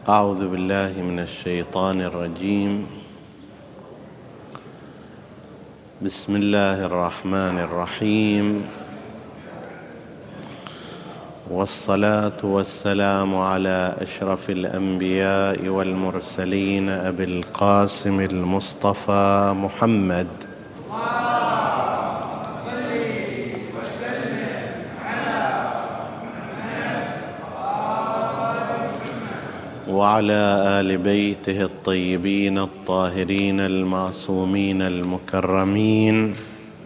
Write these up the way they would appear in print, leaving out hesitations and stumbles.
أعوذ بالله من الشيطان الرجيم. بسم الله الرحمن الرحيم، والصلاة والسلام على أشرف الأنبياء والمرسلين أبي القاسم المصطفى محمد وعلى آل بيته الطيبين الطاهرين المعصومين المكرمين.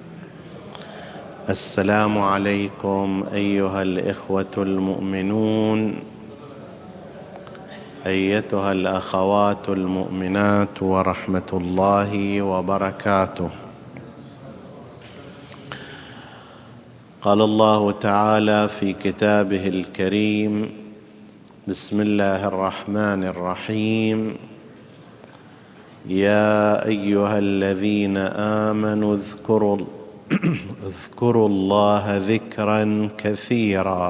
السلام عليكم أيها الإخوة المؤمنون، أيتها الأخوات المؤمنات، ورحمة الله وبركاته. قال الله تعالى في كتابه الكريم: بسم الله الرحمن الرحيم: يا أيها الذين آمنوا اذكروا الله ذكرا كثيرا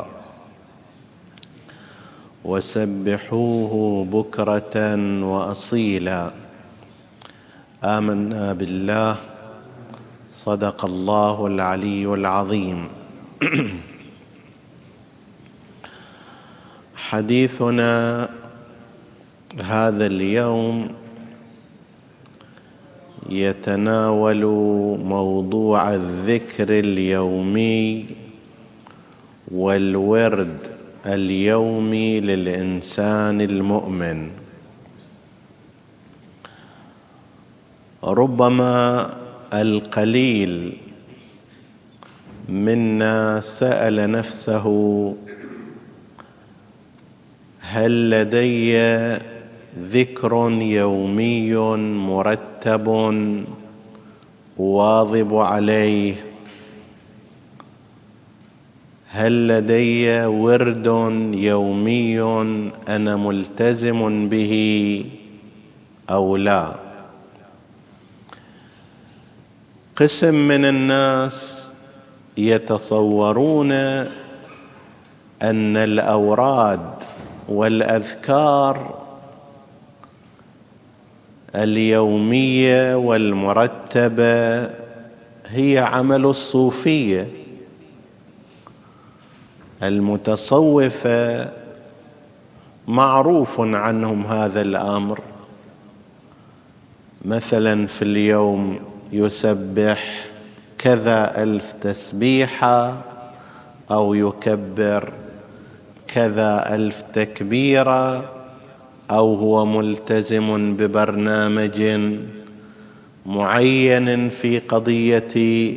وسبحوه بكرة وأصيلا. آمنا بالله، صدق الله العلي العظيم. حديثنا هذا اليوم يتناول موضوع الذكر اليومي والورد اليومي للإنسان المؤمن. ربما القليل منا سأل نفسه: هل لدي ذكر يومي مرتب أواظب عليه؟ هل لدي ورد يومي أنا ملتزم به أو لا؟ قسم من الناس يتصورون أن الأوراد والأذكار اليومية والمرتبة هي عمل الصوفية. المتصوفة معروف عنهم هذا الأمر، مثلا في اليوم يسبح كذا 1000 تسبيحة، أو يكبر كذا 1000 تكبيرة، أو هو ملتزم ببرنامج معين في قضية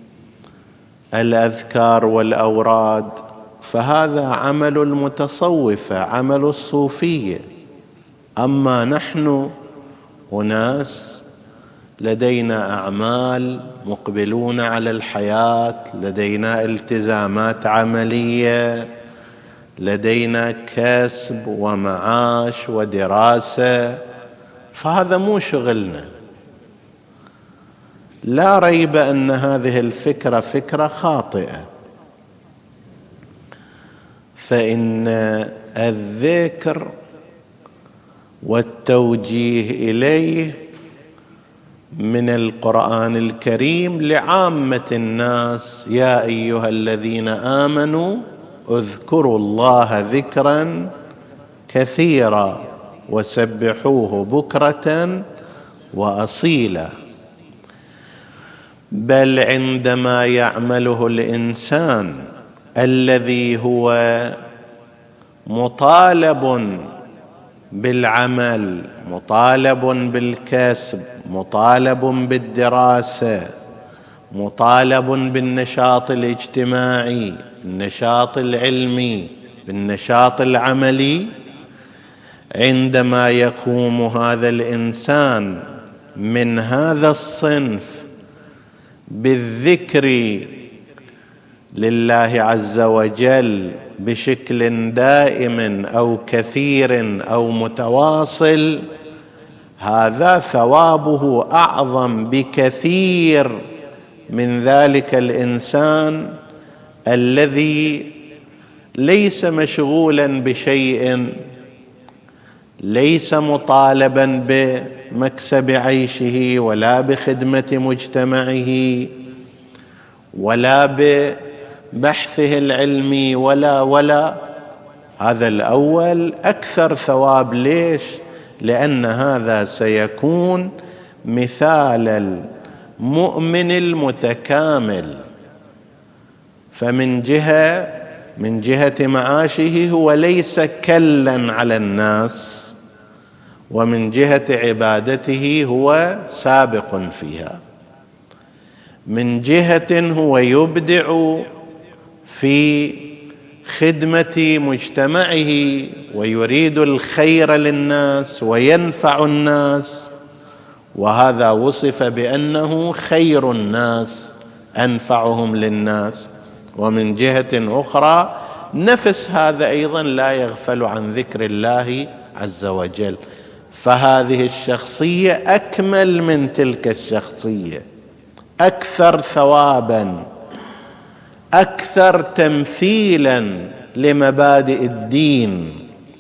الأذكار والأوراد. فهذا عمل المتصوفة، عمل الصوفية. أما نحن أناس لدينا أعمال، مقبلون على الحياة، لدينا التزامات عملية، لدينا كسب ومعاش ودراسة، فهذا مو شغلنا. لا ريب أن هذه الفكرة فكرة خاطئة، فإن الذكر والتوجيه إليه من القرآن الكريم لعامة الناس: يا أيها الذين آمنوا اذكروا الله ذكرا كثيرا وسبحوه بكرة وأصيلا. بل عندما يعمله الإنسان الذي هو مطالب بالعمل، مطالب بالكسب، مطالب بالدراسة، مطالب بالنشاط الاجتماعي، النشاط العلمي، بالنشاط العملي، عندما يقوم هذا الإنسان من هذا الصنف بالذكر لله عز وجل بشكل دائم أو كثير أو متواصل، هذا ثوابه أعظم بكثير من ذلك الإنسان الذي ليس مشغولا بشيء ليس مطالبا بمكسب عيشه ولا بخدمة مجتمعه ولا ببحثه العلمي ولا هذا الأول أكثر ثواب. ليش؟ لأن هذا سيكون مثال المؤمن المتكامل. فمن جهة معاشه هو ليس كلا على الناس، ومن جهة عبادته هو سابق فيها. من جهة هو يبدع في خدمة مجتمعه ويريد الخير للناس وينفع الناس، وهذا وصف بأنه خير الناس أنفعهم للناس. ومن جهة أخرى نفس هذا أيضا لا يغفل عن ذكر الله عز وجل. فهذه الشخصية أكمل من تلك الشخصية، أكثر ثوابا، أكثر تمثيلا لمبادئ الدين.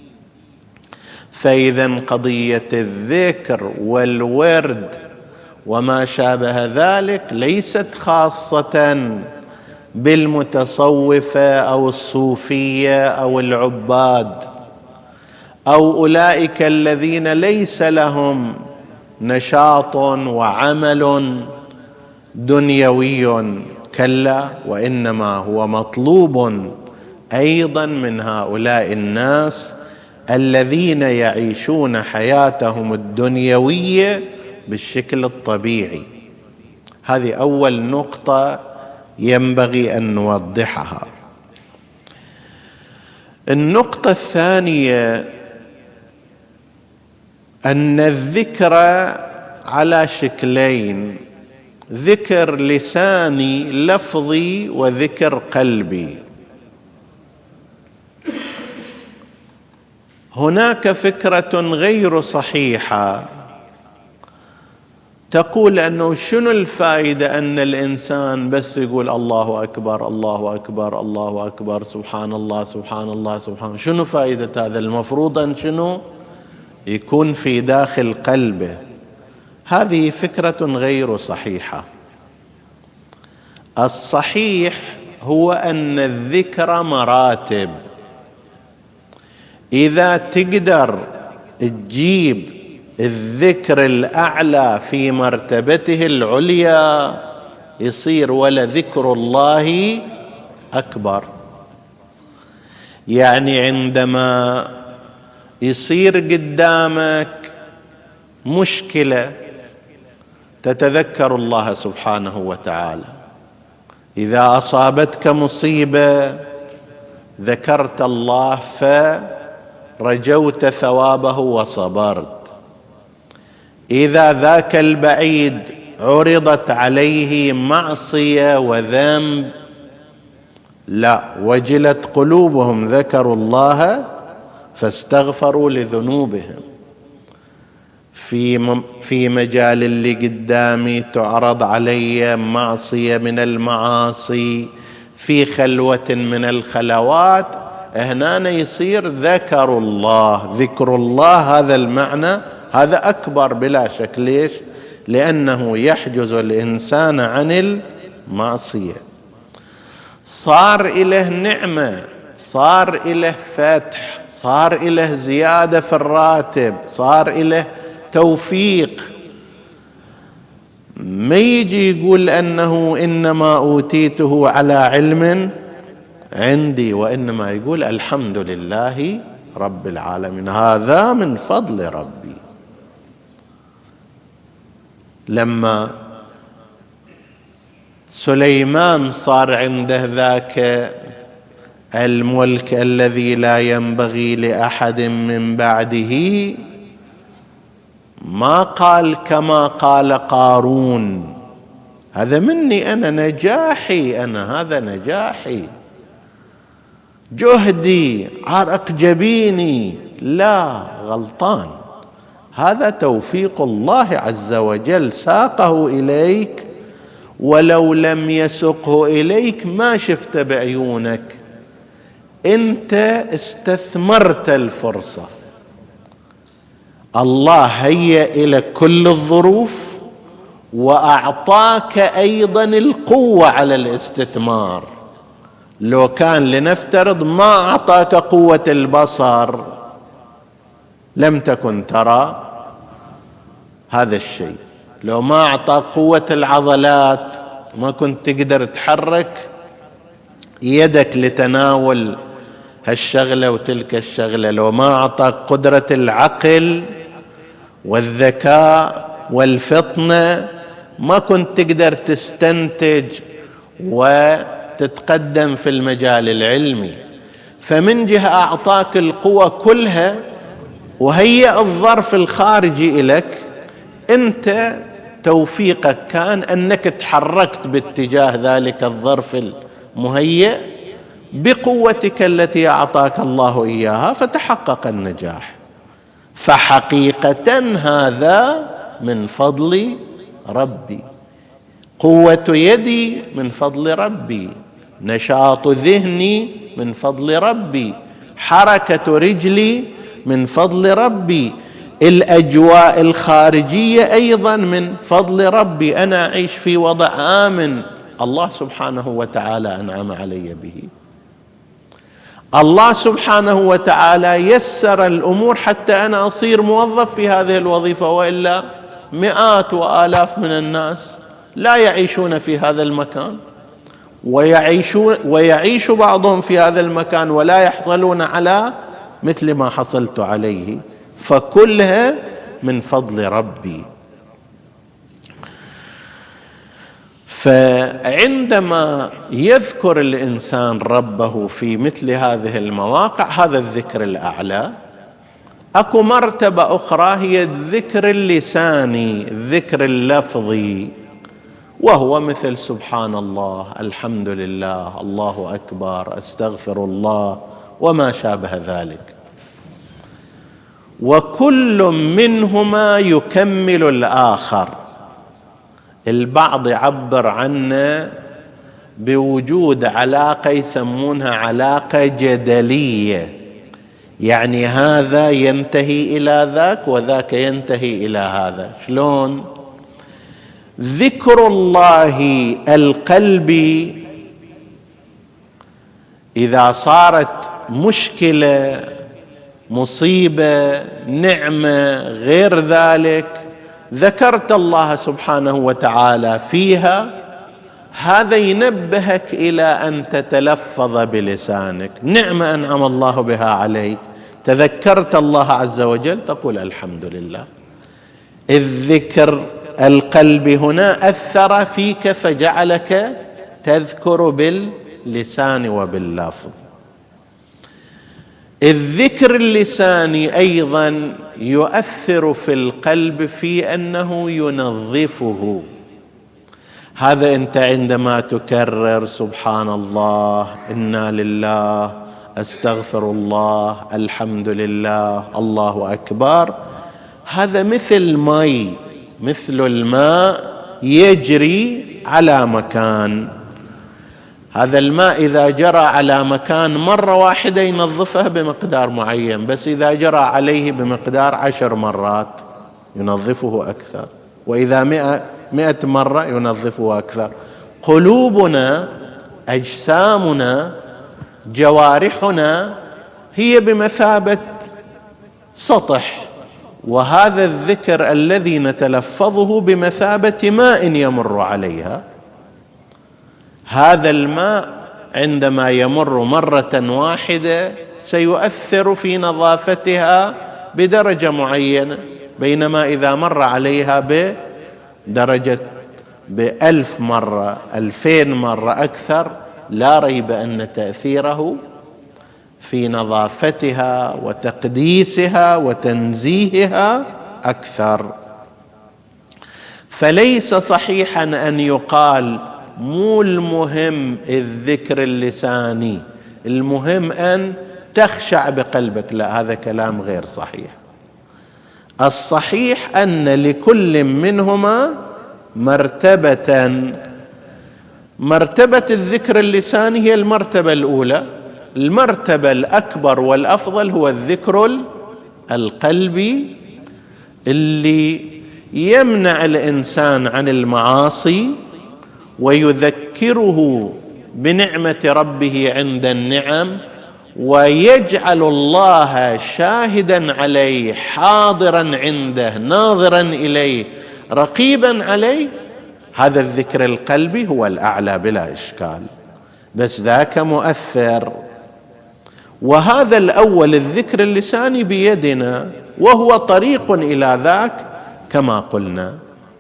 فإذا قضية الذكر والورد وما شابه ذلك ليست خاصة بالمتصوفة أو الصوفية أو العباد أو أولئك الذين ليس لهم نشاط وعمل دنيوي، كلا، وإنما هو مطلوب أيضا من هؤلاء الناس الذين يعيشون حياتهم الدنيوية بالشكل الطبيعي. هذه أول نقطة ينبغي أن نوضحها. النقطة الثانية أن الذكر على شكلين: ذكر لساني لفظي وذكر قلبي. هناك فكرة غير صحيحة تقول أنه شنو الفائدة أن الإنسان بس يقول الله أكبر الله أكبر الله أكبر سبحان الله سبحان الله سبحان الله، شنو فائدة هذا؟ المفروض أن شنو يكون في داخل قلبه. هذه فكرة غير صحيحة. الصحيح هو أن الذكر مراتب. إذا تقدر تجيب الذكر الأعلى في مرتبته العليا يصير ولذكر الله أكبر. يعني عندما يصير قدامك مشكلة تتذكر الله سبحانه وتعالى، إذا أصابتك مصيبة ذكرت الله فرجوت ثوابه وصبرت، إذا ذاك البعيد عرضت عليه معصية وذنب لا وجلت قلوبهم ذكروا الله فاستغفروا لذنوبهم. في مجال اللي قدامي تعرض علي معصية من المعاصي، في خلوة من الخلوات، هنا يصير ذكروا الله. ذكر الله هذا المعنى هذا أكبر بلا شك. ليش؟ لأنه يحجز الإنسان عن المعصية، صار إله نعمة، صار إله فتح، صار إله زيادة في الراتب، صار إله توفيق. ما يجي يقول أنه إنما أوتيته على علم عندي، وإنما يقول الحمد لله رب العالمين، هذا من فضل ربي. لما سليمان صار عنده ذاك الملك الذي لا ينبغي لأحد من بعده، ما قال كما قال قارون هذا مني أنا، نجاحي أنا، هذا نجاحي، جهدي، عرق جبيني. لا، غلطان. هذا توفيق الله عز وجل ساقه إليك، ولو لم يسقه إليك ما شفت بعيونك. أنت استثمرت الفرصة، الله هيأ لك كل الظروف وأعطاك أيضا القوة على الاستثمار. لو كان لنفترض ما أعطاك قوة البصر لم تكن ترى هذا الشيء، لو ما أعطاك قوة العضلات ما كنت تقدر تحرك يدك لتناول هالشغلة وتلك الشغلة، لو ما أعطاك قدرة العقل والذكاء والفطنة ما كنت تقدر تستنتج وتتقدم في المجال العلمي. فمن جهة أعطاك القوة كلها وهيأ الظرف الخارجي لك، أنت توفيقك كان أنك تحركت باتجاه ذلك الظرف المهيأ بقوتك التي أعطاك الله إياها فتحقق النجاح. فحقيقة هذا من فضل ربي، قوة يدي من فضل ربي، نشاط ذهني من فضل ربي، حركة رجلي من فضل ربي، الأجواء الخارجية أيضا من فضل ربي. أنا أعيش في وضع آمن الله سبحانه وتعالى أنعم علي به. الله سبحانه وتعالى يسر الأمور حتى أنا أصير موظف في هذه الوظيفة، وإلا مئات وآلاف من الناس لا يعيشون في هذا المكان، ويعيش بعضهم في هذا المكان ولا يحصلون على مثل ما حصلت عليه، فكلها من فضل ربي. فعندما يذكر الإنسان ربه في مثل هذه المواقع، هذا الذكر الأعلى. أكو مرتبة أخرى هي الذكر اللساني، الذكر اللفظي، وهو مثل سبحان الله، الحمد لله، الله أكبر، أستغفر الله، وما شابه ذلك. وكل منهما يكمل الآخر. البعض يعبر عنه بوجود علاقة يسمونها علاقة جدلية، يعني هذا ينتهي إلى ذاك وذاك ينتهي إلى هذا. شلون؟ ذكر الله القلبي إذا صارت مشكلة، مصيبة، نعمة، غير ذلك، ذكرت الله سبحانه وتعالى فيها، هذا ينبهك إلى أن تتلفظ بلسانك. نعمة أنعم الله بها عليك، تذكرت الله عز وجل، تقول الحمد لله. الذكر القلبي هنا أثر فيك فجعلك تذكر باللسان وباللفظ. الذكر اللساني أيضا يؤثر في القلب في أنه ينظفه. هذا أنت عندما تكرر سبحان الله، إنا لله، أستغفر الله، الحمد لله، الله أكبر، هذا مثل ماء، مثل الماء يجري على مكان. هذا الماء إذا جرى على مكان مرة واحدة ينظفه بمقدار معين، بس إذا جرى عليه بمقدار 10 مرات ينظفه أكثر، وإذا 100 مرة ينظفه أكثر. قلوبنا، أجسامنا، جوارحنا هي بمثابة سطح، وهذا الذكر الذي نتلفظه بمثابة ماء يمر عليها. هذا الماء عندما يمر مرة واحدة سيؤثر في نظافتها بدرجة معينة، بينما إذا مر عليها بدرجة 1000 مرة، 2000 مرة أكثر، لا ريب أن تأثيره في نظافتها وتقديسها وتنزيهها أكثر. فليس صحيحا أن يقال مو المهم الذكر اللساني، المهم أن تخشع بقلبك، لا، هذا كلام غير صحيح. الصحيح أن لكل منهما مرتبة. مرتبة الذكر اللساني هي المرتبة الأولى. المرتبة الأكبر والأفضل هو الذكر القلبي، اللي يمنع الإنسان عن المعاصي ويذكره بنعمة ربه عند النعم، ويجعل الله شاهدا عليه، حاضرا عنده، ناظرا إليه، رقيبا عليه. هذا الذكر القلبي هو الأعلى بلا إشكال، بس ذاك مؤثر. وهذا الأول الذكر اللساني بيدنا، وهو طريق إلى ذاك كما قلنا.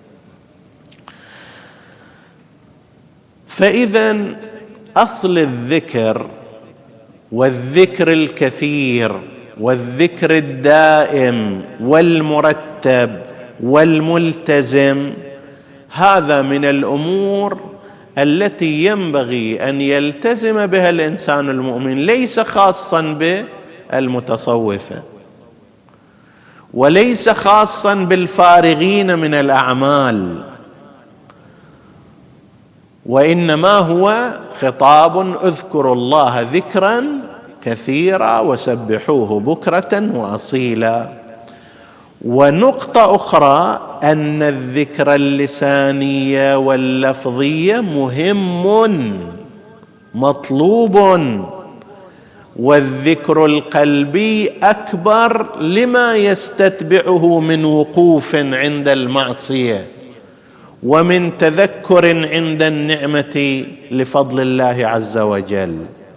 فإذا أصل الذكر والذكر الكثير والذكر الدائم والمرتب والملتزم، هذا من الأمور التي ينبغي أن يلتزم بها الإنسان المؤمن، ليس خاصا بالمتصوفة وليس خاصا بالفارغين من الأعمال، وإنما هو خطاب اذكروا الله ذكرا كثيرا وسبحوه بكرة وأصيلا. ونقطة أخرى أن الذكر اللساني واللفظي مهم مطلوب، والذكر القلبي أكبر لما يستتبعه من وقوف عند المعصية ومن تذكر عند النعمة لفضل الله عز وجل.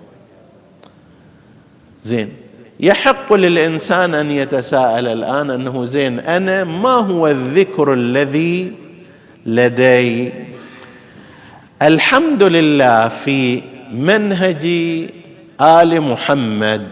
زين، يحق للإنسان أن يتساءل الآن أنه زين، أنا ما هو الذكر الذي لدي؟ الحمد لله في منهج آل محمد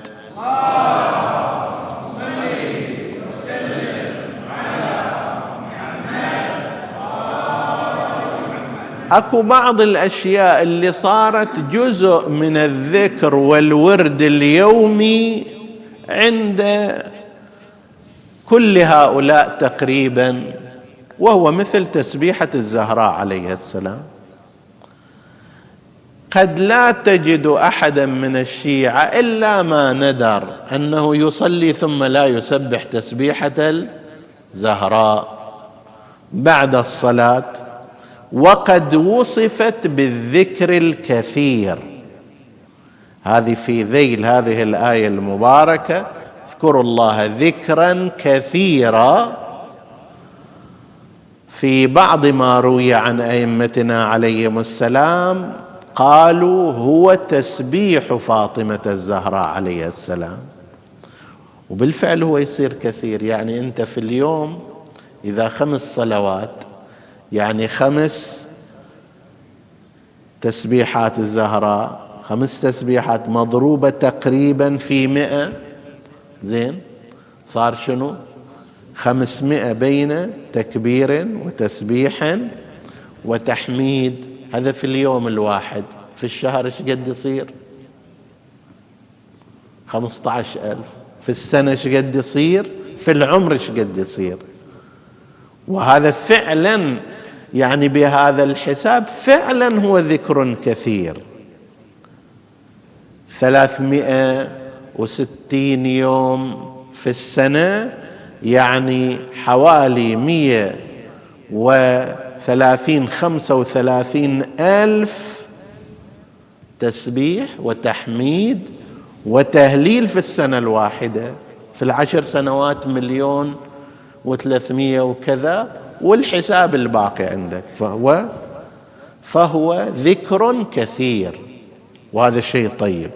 اكو بعض الاشياء اللي صارت جزء من الذكر والورد اليومي عند كل هؤلاء تقريبا، وهو مثل تسبيحة الزهراء عليه السلام. قد لا تجد أحدا من الشيعة إلا ما ندر أنه يصلي ثم لا يسبح تسبيحة الزهراء بعد الصلاة، وقد وصفت بالذكر الكثير. هذه في ذيل هذه الآية المباركة، اذكروا الله ذكرا كثيرا. في بعض ما روي عن أئمتنا عليهم السلام قالوا هو تسبيح فاطمة الزهراء عليه السلام، وبالفعل هو يصير كثير. يعني أنت في اليوم إذا 5 صلوات يعني 5 تسبيحات الزهراء، 5 تسبيحات مضروبة تقريبا في 100، زين صار شنو؟ 500 بين تكبير وتسبيح وتحميد. هذا في اليوم الواحد. في الشهر ايش قد يصير؟ 15,000. في السنة ايش قد يصير؟ في العمر ايش قد يصير؟ وهذا فعلا يعني بهذا الحساب فعلا هو ذكر كثير. 360 يوم في السنة يعني حوالي 135 ألف تسبيح وتحميد وتهليل في السنة الواحدة. في 10 سنوات 1,300,000 وكذا، والحساب الباقي عندك. فهو ذكر كثير، وهذا شيء طيب.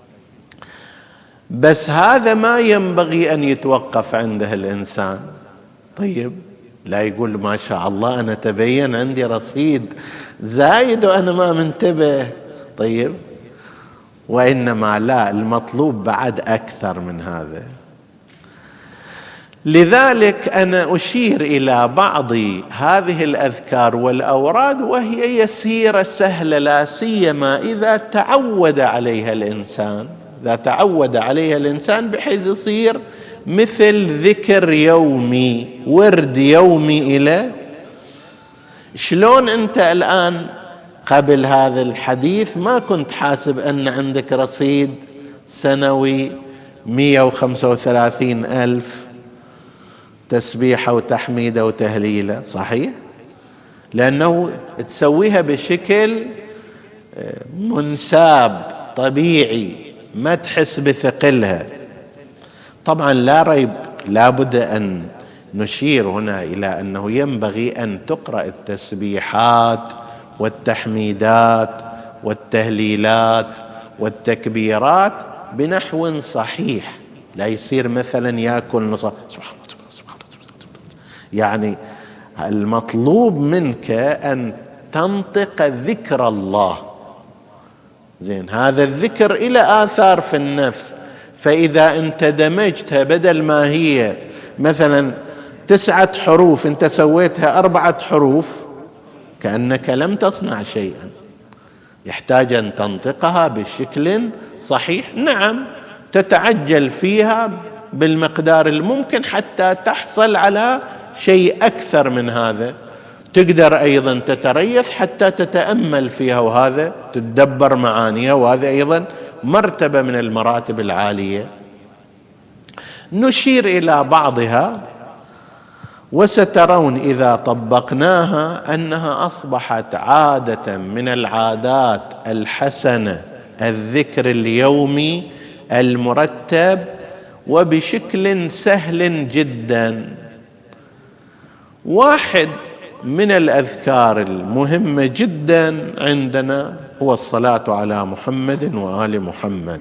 بس هذا ما ينبغي أن يتوقف عنده الإنسان. طيب، لا يقول ما شاء الله أنا تبين عندي رصيد زايد وأنا ما منتبه. طيب، وإنما لا، المطلوب بعد أكثر من هذا. لذلك أنا أشير إلى بعض هذه الأذكار والأوراد وهي يسيرة سهلة، لا سيما إذا تعود عليها الإنسان، بحيث يصير مثل ذكر يومي، ورد يومي. إلى شلون أنت الآن قبل هذا الحديث ما كنت حاسب أن عندك رصيد سنوي 135,000 تسبيحة وتحميدة وتهليلة، صحيح؟ لأنه تسويها بشكل منساب طبيعي، ما تحس بثقلها. طبعا لا ريب، لا بد أن نشير هنا إلى أنه ينبغي أن تقرأ التسبيحات والتحميدات والتهليلات والتكبيرات بنحو صحيح، لا يصير مثلا يأكل سبحان الله سبحان الله. يعني المطلوب منك أن تنطق ذكر الله، زين، هذا الذكر إلى آثار في النفس، فإذا أنت دمجتها بدل ما هي مثلا 9 حروف أنت سويتها 4 حروف، كأنك لم تصنع شيئا. يحتاج أن تنطقها بشكل صحيح، نعم تتعجل فيها بالمقدار الممكن حتى تحصل على شيء أكثر من هذا. تقدر أيضا تتريث حتى تتأمل فيها وهذا تتدبر معانيها، وهذا أيضا مرتبة من المراتب العالية. نشير إلى بعضها وسترون إذا طبقناها أنها أصبحت عادة من العادات الحسنة، الذكر اليومي المرتب وبشكل سهل جدا. واحد من الأذكار المهمة جدا عندنا هو الصلاة على محمد وآل محمد.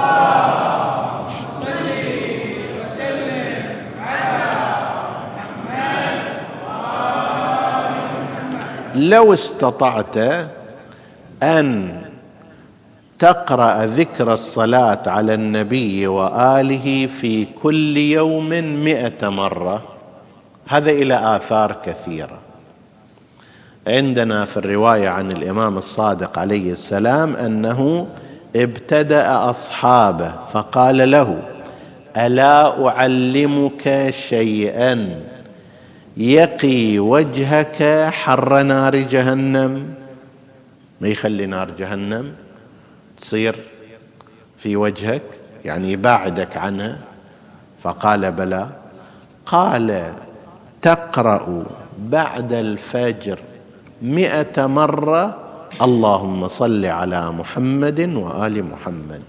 لو استطعت أن تقرأ ذكر الصلاة على النبي وآله في كل يوم 100 مرة، هذا إلى آثار كثيرة. عندنا في الرواية عن الإمام الصادق عليه السلام أنه ابتدأ أصحابه فقال له: ألا أعلمك شيئا يقي وجهك حر نار جهنم؟ ما يخلي نار جهنم تصير في وجهك، يعني يباعدك عنها. فقال: بلى. قال: تقرأ بعد الفجر 100 مرة اللهم صل على محمد وآل محمد.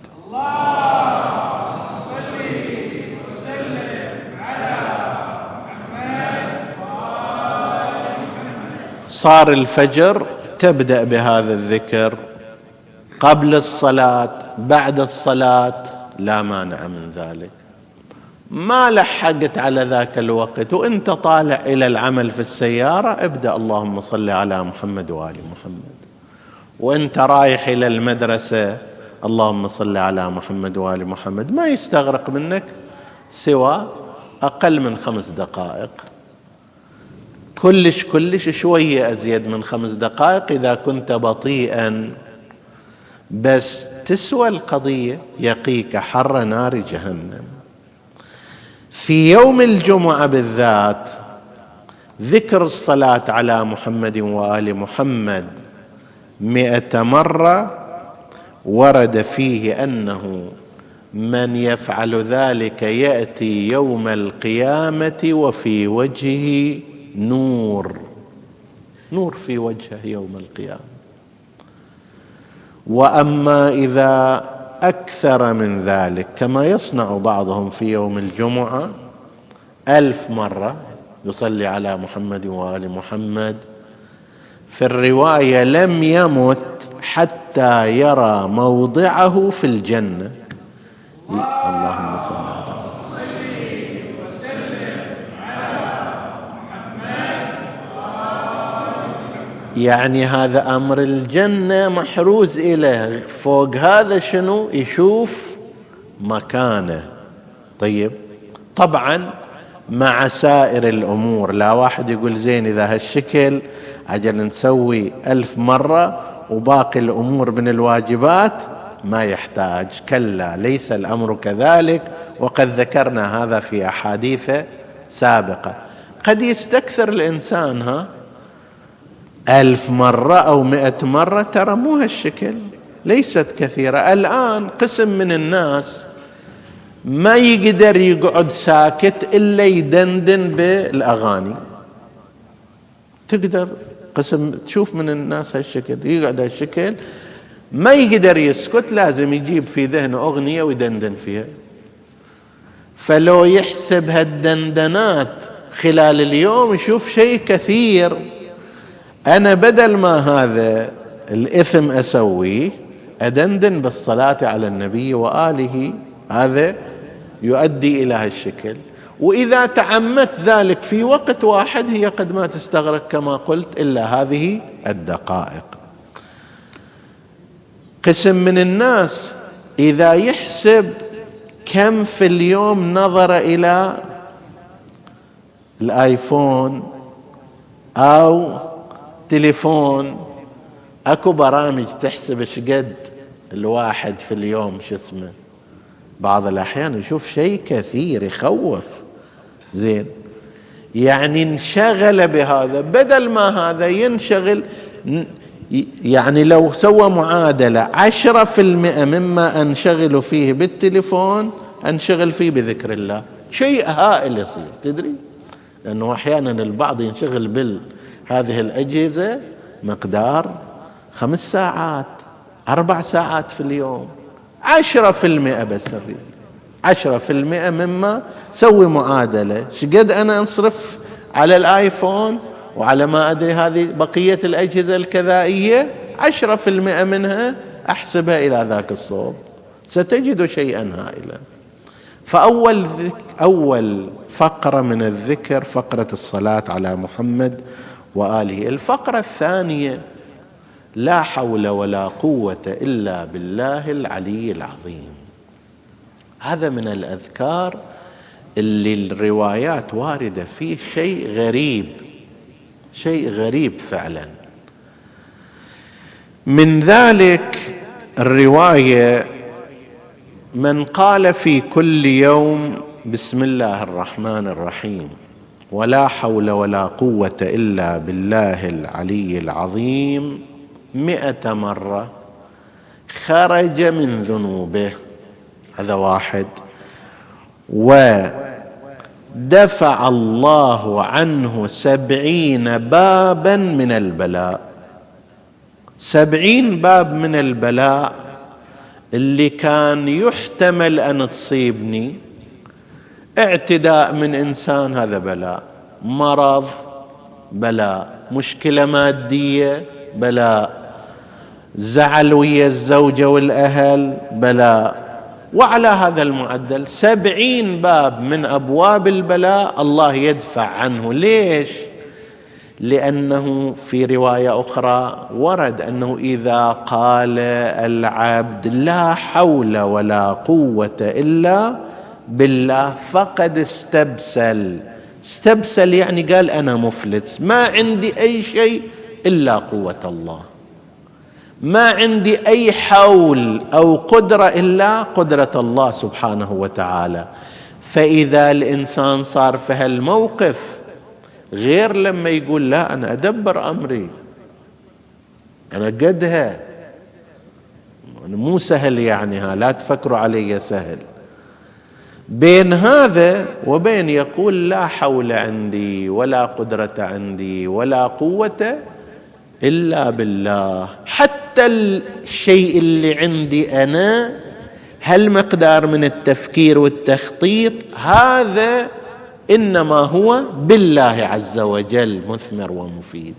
صار الفجر تبدأ بهذا الذكر قبل الصلاة، بعد الصلاة، لا مانع من ذلك. ما لحقت على ذاك الوقت وانت طالع إلى العمل في السيارة، ابدأ اللهم صل على محمد وآل محمد. وانت رايح إلى المدرسة اللهم صل على محمد وآل محمد. ما يستغرق منك سوى أقل من 5 دقائق، كلش شوية أزيد من 5 دقائق إذا كنت بطيئا، بس تسوى القضية، يقيك حر نار جهنم. في يوم الجمعة بالذات ذكر الصلاة على محمد وآل محمد 100 مرة، ورد فيه أنه من يفعل ذلك يأتي يوم القيامة وفي وجهه نور في وجهه يوم القيامة. وأما إذا أكثر من ذلك كما يصنع بعضهم في يوم الجمعة 1000 مرة يصلي على محمد وآل محمد، في الرواية لم يمت حتى يرى موضعه في الجنة. اللهم صل على يعني هذا أمر الجنة محروز إليه. فوق هذا شنو؟ يشوف مكانه. طيب، طبعا مع سائر الأمور، لا واحد يقول زين إذا هالشكل أجل نسوي 1000 مرة وباقي الأمور من الواجبات ما يحتاج. كلا، ليس الأمر كذلك، وقد ذكرنا هذا في أحاديث سابقة. قد يستكثر الإنسان 1000 مرة أو 100 مرة، ترى مو هالشكل، ليست كثيرة. الآن قسم من الناس ما يقدر يقعد ساكت إلا يدندن بالأغاني. تقدر قسم تشوف من الناس هالشكل، يقعد هالشكل ما يقدر يسكت، لازم يجيب في ذهنه أغنية ويدندن فيها. فلو يحسب هالدندنات خلال اليوم يشوف شيء كثير. أنا بدل ما هذا الإثم أسويه أدندن بالصلاة على النبي وآله، هذا يؤدي إلى هالشكل. وإذا تعمدت ذلك في وقت واحد هي قد ما تستغرق كما قلت إلا هذه الدقائق. قسم من الناس إذا يحسب كم في اليوم نظر إلى الآيفون أو تليفون، أكو برامج تحسب شقد الواحد في اليوم شو اسمه، بعض الأحيان يشوف شيء كثير يخوف. زين، يعني انشغل بهذا بدل ما هذا ينشغل. يعني لو سوى معادلة 10% مما أنشغل فيه بالتليفون أنشغل فيه بذكر الله، شيء هائل يصير. تدري لأنه أحيانا البعض ينشغل بهذه الأجهزة مقدار 5 ساعات 4 ساعات في اليوم. 10% بس، 10% مما سوي معادلة شقد أنا أنصرف على الآيفون وعلى ما أدري هذه بقية الأجهزة الكذائية، 10% منها أحسبها إلى ذاك الصوب، ستجد شيئا هائلا. فأول فقرة من الذكر فقرة الصلاة على محمد وآله. الفقرة الثانية لا حول ولا قوة إلا بالله العلي العظيم. هذا من الأذكار اللي الروايات واردة فيه شيء غريب، شيء غريب فعلا. من ذلك الرواية من قال في كل يوم بسم الله الرحمن الرحيم ولا حول ولا قوة إلا بالله العلي العظيم 100 مرة خرج من ذنوبه. هذا واحد. ودفع الله عنه 70 بابا من البلاء. 70 باب من البلاء اللي كان يحتمل أن تصيبني. اعتداء من إنسان هذا بلاء، مرض بلاء، مشكلة مادية بلاء، زعل ويا الزوجة والأهل بلاء. وعلى هذا المعدل 70 باب من أبواب البلاء الله يدفع عنه. ليش؟ لأنه في رواية أخرى ورد أنه إذا قال العبد لا حول ولا قوة إلا بالله فقد استبسل. استبسل يعني قال أنا مفلس، ما عندي أي شيء إلا قوة الله، ما عندي أي حول أو قدرة إلا قدرة الله سبحانه وتعالى. فإذا الإنسان صار في هالموقف غير لما يقول لا أنا أدبر أمري، أنا قدها، أنا مو سهل يعني، لا تفكروا علي سهل. بين هذا وبين يقول لا حول عندي ولا قدرة عندي ولا قوة إلا بالله. حتى الشيء اللي عندي أنا هالمقدار من التفكير والتخطيط هذا إنما هو بالله عز وجل مثمر ومفيد.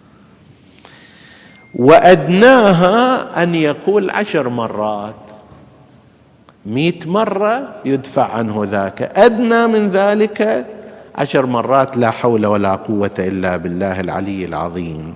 وأدناها أن يقول 10 مرات، 100 مرة يدفع عنه ذاك. أدنى من ذلك 10 مرات لا حول ولا قوة إلا بالله العلي العظيم.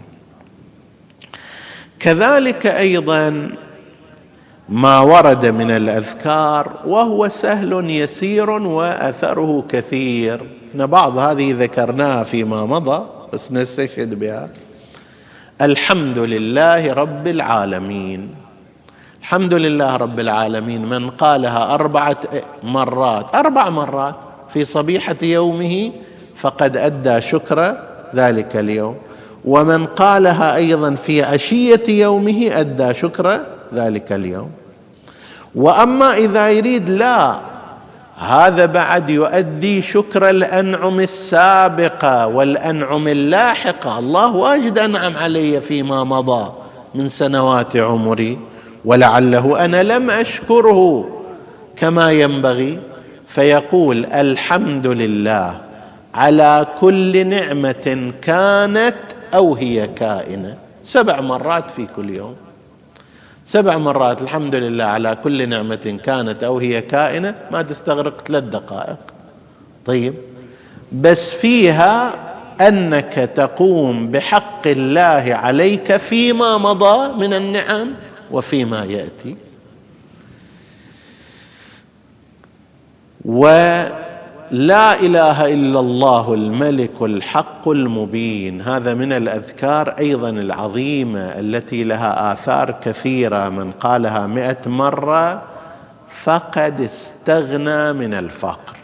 كذلك أيضا ما ورد من الأذكار وهو سهل يسير وأثره كثير. بعض هذه ذكرناها فيما مضى بس نستشهد بها. الحمد لله رب العالمين. الحمد لله رب العالمين من قالها 4 مرات في صبيحة يومه فقد أدى شكر ذلك اليوم، ومن قالها أيضا في عشية يومه أدى شكر ذلك اليوم. وأما إذا يريد لا هذا بعد يؤدي شكر الأنعم السابقة والأنعم اللاحقة. الله واجد أنعم علي فيما مضى من سنوات عمري، ولعله أنا لم أشكره كما ينبغي، فيقول الحمد لله على كل نعمة كانت أو هي كائنة. 7 مرات في كل يوم، 7 مرات الحمد لله على كل نعمة كانت أو هي كائنة، ما تستغرق 3 دقائق. طيب، بس فيها أنك تقوم بحق الله عليك فيما مضى من النعم وفيما يأتي. ولا إله إلا الله الملك الحق المبين، هذا من الأذكار أيضا العظيمة التي لها آثار كثيرة. من قالها 100 مرة فقد استغنى من الفقر.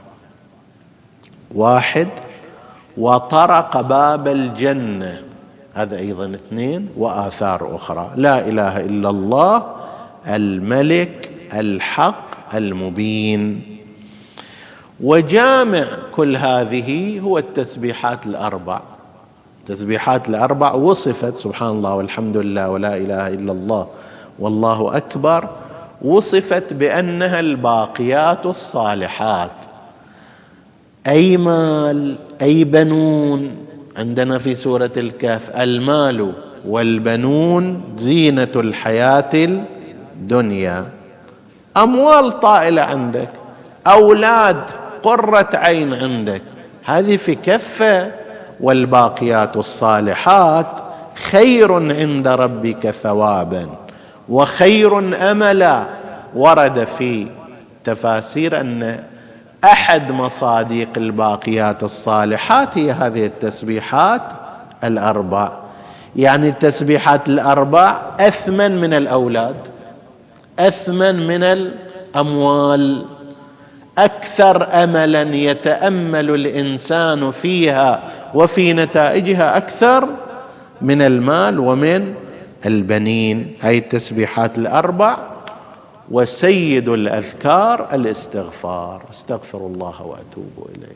1 وطرق باب الجنة، هذا أيضا 2 وآثار أخرى. لا إله إلا الله الملك الحق المبين. وجامع كل هذه هو التسبيحات ال4. التسبيحات ال4 وصفت، سبحان الله والحمد لله ولا إله إلا الله والله أكبر، وصفت بأنها الباقيات الصالحات. أي مال أي بنون، عندنا في سورة الكهف المال والبنون زينة الحياة الدنيا. أموال طائلة عندك، أولاد قرة عين عندك، هذه في كفة. والباقيات الصالحات خير عند ربك ثوابا وخير أملا. ورد في تفاسير أن أحد مصادق الباقيات الصالحات هي هذه التسبيحات ال4. يعني التسبيحات ال4 أثمن من الأولاد، أثمن من الأموال، أكثر أملا يتأمل الإنسان فيها وفي نتائجها أكثر من المال ومن البنين. هاي التسبيحات ال4. وسيد الأذكار الاستغفار، استغفر الله وأتوب إليه.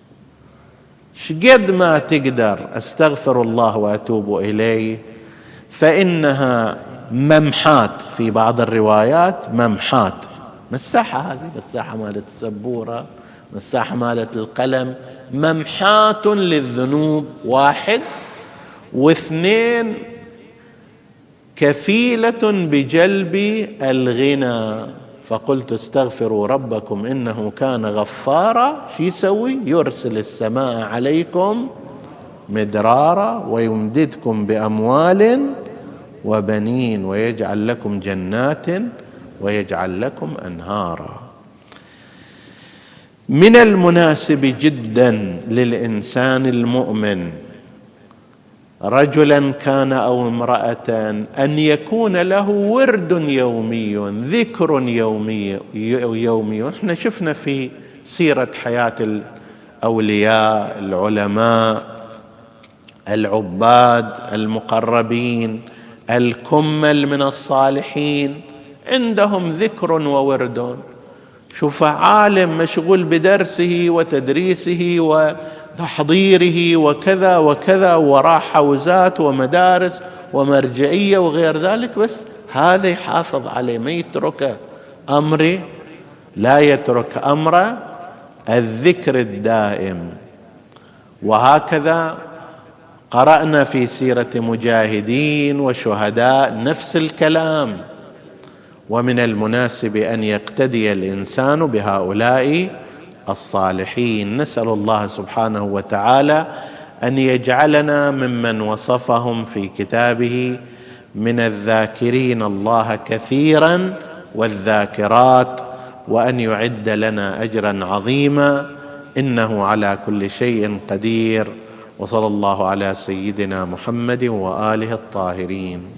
شقد ما تقدر استغفر الله وأتوب إليه، فإنها ممحات في بعض الروايات، ممحات. مساحة، هذه مساحة مالت السبورة، مساحة مالت القلم، ممحات للذنوب 1. و2 كفيلة بجلب الغنى. فقلت استغفروا ربكم إنه كان غفارا. شو يسوي؟ يرسل السماء عليكم مدرارا ويمددكم بأموال وبنين ويجعل لكم جنات ويجعل لكم أنهارا. من المناسب جدا للإنسان المؤمن، رجلا كان أو امرأة، أن يكون له ورد يومي، ذكر يومي. احنا شفنا في سيرة حياة الأولياء العلماء العباد المقربين الكمل من الصالحين، عندهم ذكر وورد. شوف عالم مشغول بدرسه وتدريسه وتحضيره وكذا وكذا، وراء حوزات ومدارس ومرجعية وغير ذلك، بس هذا يحافظ عليه، ما يترك أمره، لا يترك أمر الذكر الدائم. وهكذا قرأنا في سيرة مجاهدين وشهداء نفس الكلام. ومن المناسب أن يقتدي الإنسان بهؤلاء الصالحين. نسأل الله سبحانه وتعالى أن يجعلنا ممن وصفهم في كتابه من الذاكرين الله كثيرا والذاكرات، وأن يعد لنا أجرا عظيما، إنه على كل شيء قدير. وصلى الله على سيدنا محمد وآله الطاهرين.